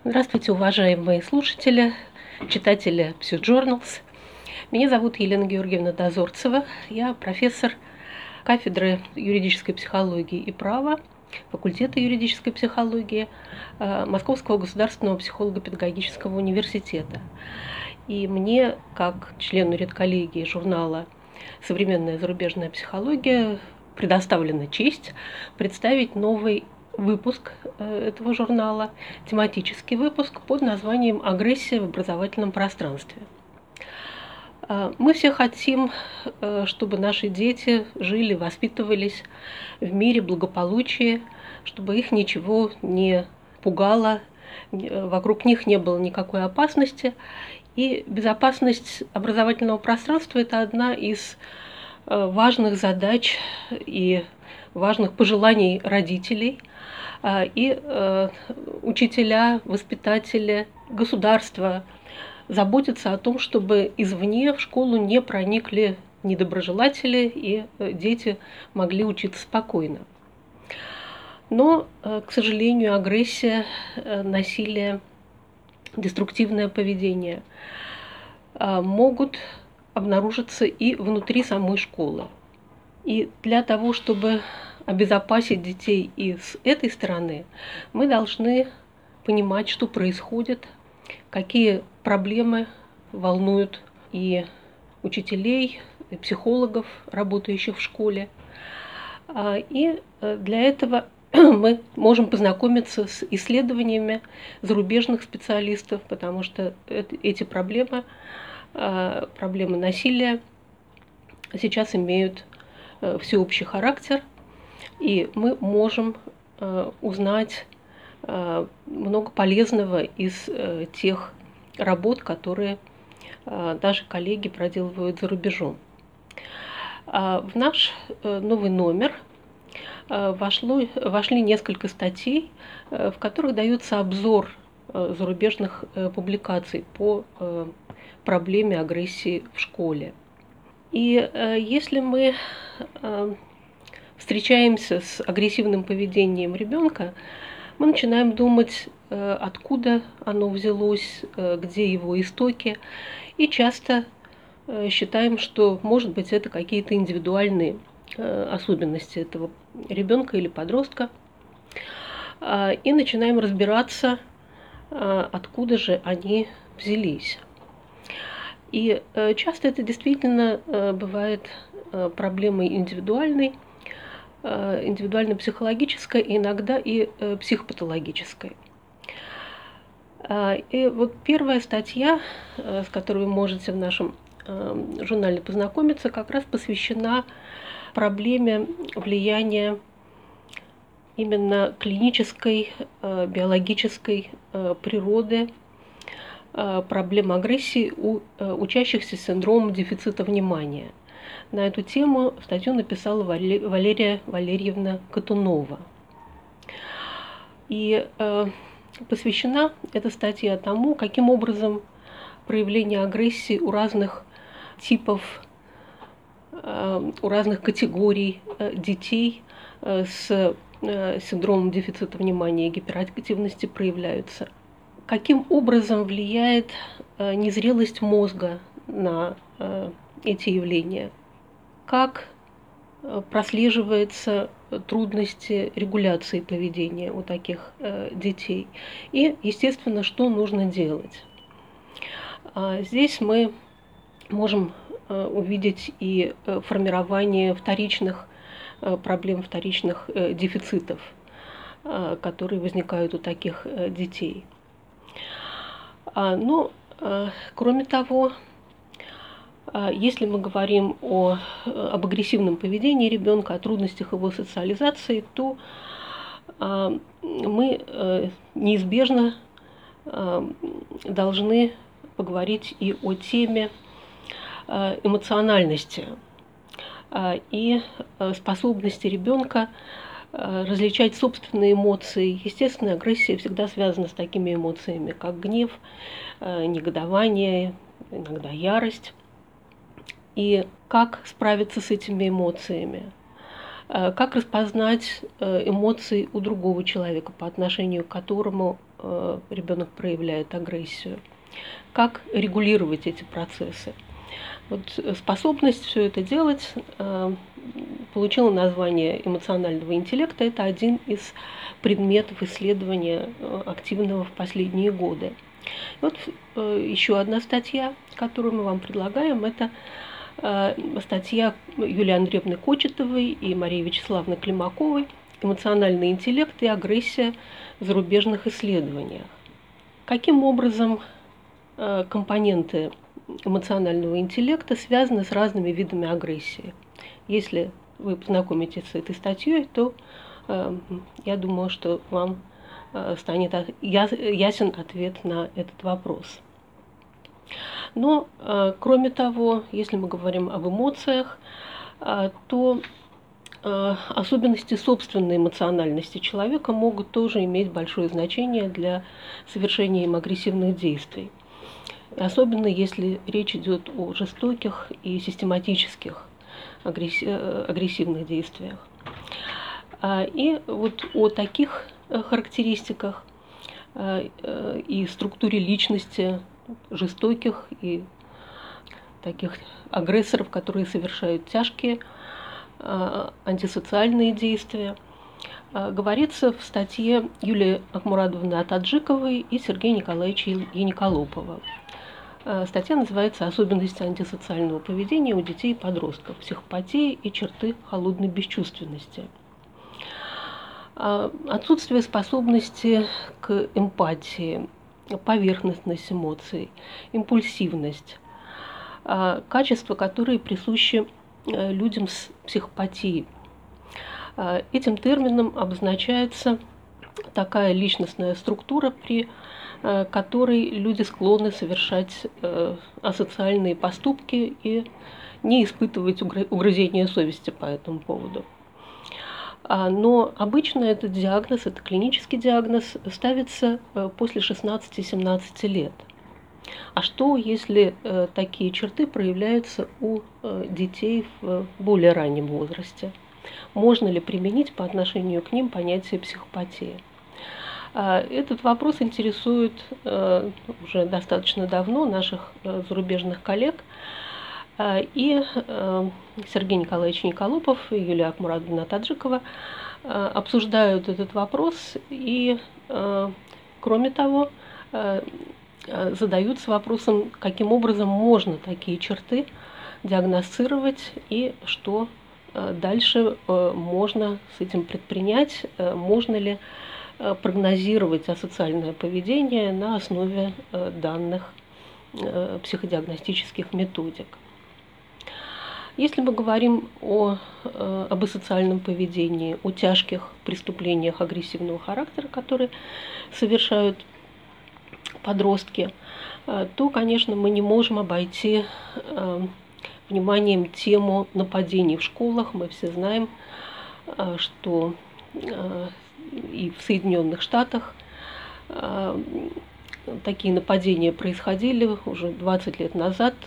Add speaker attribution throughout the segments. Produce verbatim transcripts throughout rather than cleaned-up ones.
Speaker 1: Здравствуйте, уважаемые слушатели, читатели PsyJournals. Меня зовут Елена Георгиевна Дозорцева. Я профессор кафедры юридической психологии и права, факультета юридической психологии Московского государственного психолого-педагогического университета. И мне, как члену редколлегии журнала «Современная зарубежная психология», предоставлена честь представить новый выпуск этого журнала, тематический выпуск под названием «Агрессия в образовательном пространстве». Мы все хотим, чтобы наши дети жили, воспитывались в мире благополучия, чтобы их ничего не пугало, вокруг них не было никакой опасности. И безопасность образовательного пространства – это одна из важных задач и важных пожеланий родителей. И э, учителя, воспитатели, государство заботятся о том, чтобы извне в школу не проникли недоброжелатели и дети могли учиться спокойно. Но, э, к сожалению, агрессия, э, насилие, деструктивное поведение э, могут обнаружиться и внутри самой школы. И для того, чтобы обезопасить детей и с этой стороны, мы должны понимать, что происходит, какие проблемы волнуют и учителей, и психологов, работающих в школе. И для этого мы можем познакомиться с исследованиями зарубежных специалистов, потому что эти проблемы, проблемы насилия сейчас имеют всеобщий характер, и мы можем э, узнать э, много полезного из э, тех работ, которые э, наши коллеги проделывают за рубежом. А в наш э, новый номер э, вошло, вошли несколько статей, э, в которых дается обзор э, зарубежных э, публикаций по э, проблеме агрессии в школе. И э, если мы э, встречаемся с агрессивным поведением ребенка, мы начинаем думать, откуда оно взялось, где его истоки, и часто считаем, что, может быть, это какие-то индивидуальные особенности этого ребенка или подростка, и начинаем разбираться, откуда же они взялись. И часто это действительно бывает проблемой индивидуальной, индивидуально-психологической, иногда и психопатологической. И вот первая статья, с которой вы можете в нашем журнале познакомиться, как раз посвящена проблеме влияния именно клинической, биологической природы проблем агрессии у учащихся с синдромом дефицита внимания. На эту тему статью написала Валерия Валерьевна Катунова. И э, посвящена эта статья тому, каким образом проявление агрессии у разных типов, э, у разных категорий э, детей э, с э, синдромом дефицита внимания и гиперактивности проявляются. Каким образом влияет э, незрелость мозга на э, эти явления. Как прослеживаются трудности регуляции поведения у таких детей. И, естественно, что нужно делать. Здесь мы можем увидеть и формирование вторичных проблем, вторичных дефицитов, которые возникают у таких детей. Но, кроме того, если мы говорим о, об агрессивном поведении ребенка, о трудностях его социализации, то мы неизбежно должны поговорить и о теме эмоциональности и способности ребенка различать собственные эмоции. Естественно, агрессия всегда связана с такими эмоциями, как гнев, негодование, иногда ярость. И как справиться с этими эмоциями? Как распознать эмоции у другого человека, по отношению к которому ребенок проявляет агрессию, как регулировать эти процессы. Вот способность все это делать получила название эмоционального интеллекта. Это один из предметов исследования активного в последние годы. И вот еще одна статья, которую мы вам предлагаем, это статья Юлии Андреевны Кочетовой и Марии Вячеславовны Климаковой «Эмоциональный интеллект и агрессия в зарубежных исследованиях». Каким образом компоненты эмоционального интеллекта связаны с разными видами агрессии? Если вы познакомитесь с этой статьей, то э, я думаю, что вам э, станет ясен ответ на этот вопрос. Но, э, кроме того, если мы говорим об эмоциях, э, то э, особенности собственной эмоциональности человека могут тоже иметь большое значение для совершения им агрессивных действий. Особенно если речь идет о жестоких и систематических агрессивных действиях. И вот о таких характеристиках и структуре личности жестоких и таких агрессоров, которые совершают тяжкие антисоциальные действия, говорится в статье Юлии Ахмурадовны Атаджиковой и Сергея Николаевича Яниколопова. Статья называется «Особенности антисоциального поведения у детей и подростков. Психопатия и черты холодной бесчувственности». Отсутствие способности к эмпатии, поверхностность эмоций, импульсивность – качества, которые присущи людям с психопатией. Этим термином обозначается такая личностная структура, при которой люди склонны совершать асоциальные поступки и не испытывать угрызения совести по этому поводу. Но обычно этот диагноз, это клинический диагноз, ставится после шестнадцати-семнадцати лет. А что, если такие черты проявляются у детей в более раннем возрасте? Можно ли применить по отношению к ним понятие психопатии? Этот вопрос интересует уже достаточно давно наших зарубежных коллег. И Сергей Николаевич Яниколопов и Юлия Ахмурадовна Атаджикова обсуждают этот вопрос и, кроме того, задаются вопросом, каким образом можно такие черты диагностировать и что дальше можно с этим предпринять, можно ли прогнозировать асоциальное поведение на основе данных психодиагностических методик. Если мы говорим о, об асоциальном поведении, о тяжких преступлениях агрессивного характера, которые совершают подростки, то, конечно, мы не можем обойти вниманием тему нападений в школах. Мы все знаем, что и в Соединенных Штатах такие нападения происходили уже двадцать лет назад.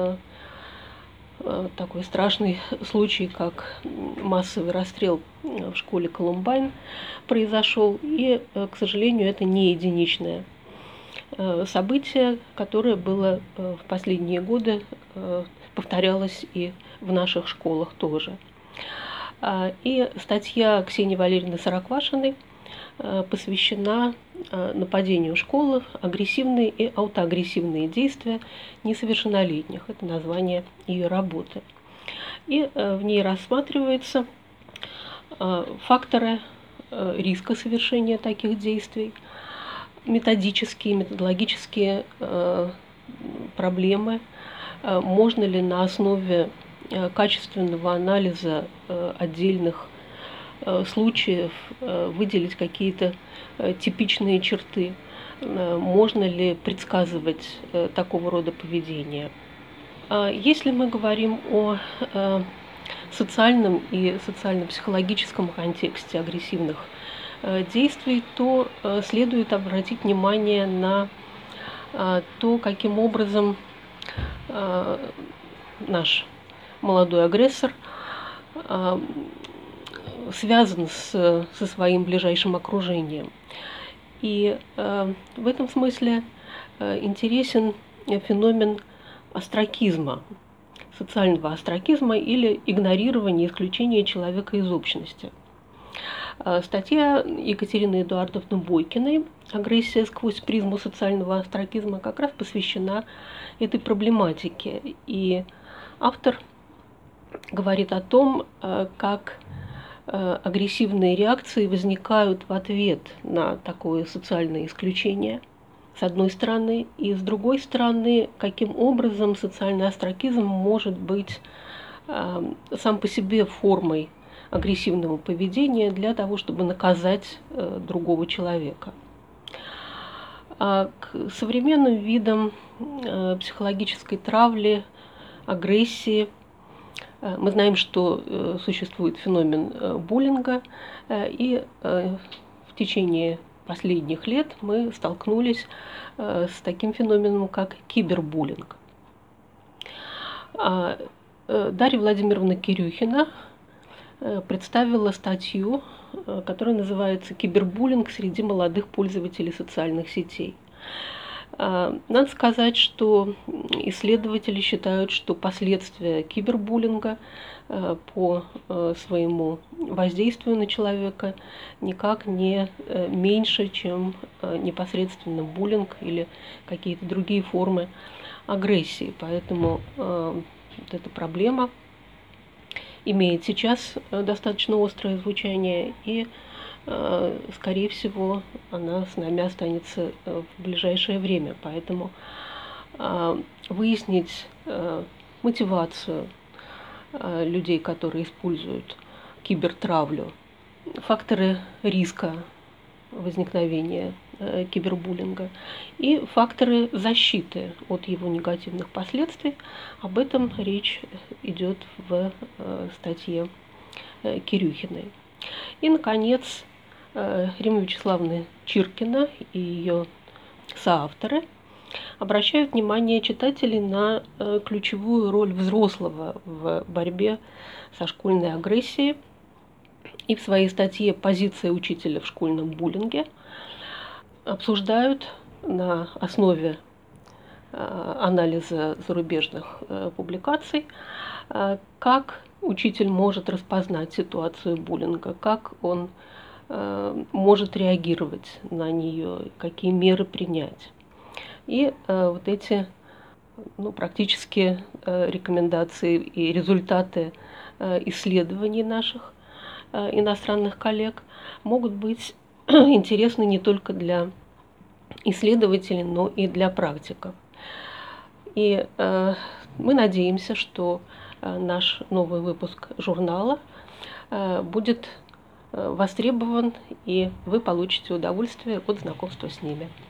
Speaker 1: Такой страшный случай, как массовый расстрел в школе Колумбайн произошел. И, к сожалению, это не единичное событие, которое было в последние годы, повторялось и в наших школах тоже. И статья Ксении Валерьевны Сороквашиной посвящена нападению в школах, агрессивные и аутоагрессивные действия несовершеннолетних. Это название ее работы. И в ней рассматриваются факторы риска совершения таких действий, методические, методологические проблемы, можно ли на основе качественного анализа отдельных случаев выделить какие-то типичные черты, можно ли предсказывать такого рода поведение. Если мы говорим о социальном и социально-психологическом контексте агрессивных действий, то следует обратить внимание на то, каким образом наш молодой агрессор связан с, со своим ближайшим окружением. И в этом смысле интересен феномен остракизма, социального остракизма или игнорирования, исключения человека из общности. Статья Екатерины Эдуардовны Бойкиной «Агрессия сквозь призму социального остракизма» как раз посвящена этой проблематике. И автор говорит о том, как агрессивные реакции возникают в ответ на такое социальное исключение, с одной стороны, и с другой стороны, каким образом социальный остракизм может быть сам по себе формой агрессивного поведения для того, чтобы наказать другого человека. А к современным видам психологической травли, агрессии мы знаем, что существует феномен буллинга, и в течение последних лет мы столкнулись с таким феноменом, как кибербуллинг. Дарья Владимировна Кирюхина представила статью, которая называется «Кибербуллинг среди молодых пользователей социальных сетей». Надо сказать, что исследователи считают, что последствия кибербуллинга по своему воздействию на человека никак не меньше, чем непосредственно буллинг или какие-то другие формы агрессии. Поэтому вот эта проблема имеет сейчас достаточно острое звучание, и, скорее всего, она с нами останется в ближайшее время. Поэтому выяснить мотивацию людей, которые используют кибертравлю, факторы риска возникновения кибербуллинга и факторы защиты от его негативных последствий. Об этом речь идет в статье Кирюхиной. И, наконец, Римма Вячеславовна Чиркина и ее соавторы обращают внимание читателей на ключевую роль взрослого в борьбе со школьной агрессией. И в своей статье «Позиция учителя в школьном буллинге» обсуждают на основе анализа зарубежных публикаций, как учитель может распознать ситуацию буллинга, как он может реагировать на нее, какие меры принять. И вот эти ну, практически рекомендации и результаты исследований наших иностранных коллег могут быть интересны не только для исследователей, но и для практиков. И э, мы надеемся, что э, наш новый выпуск журнала э, будет э, востребован, и вы получите удовольствие от знакомства с ними.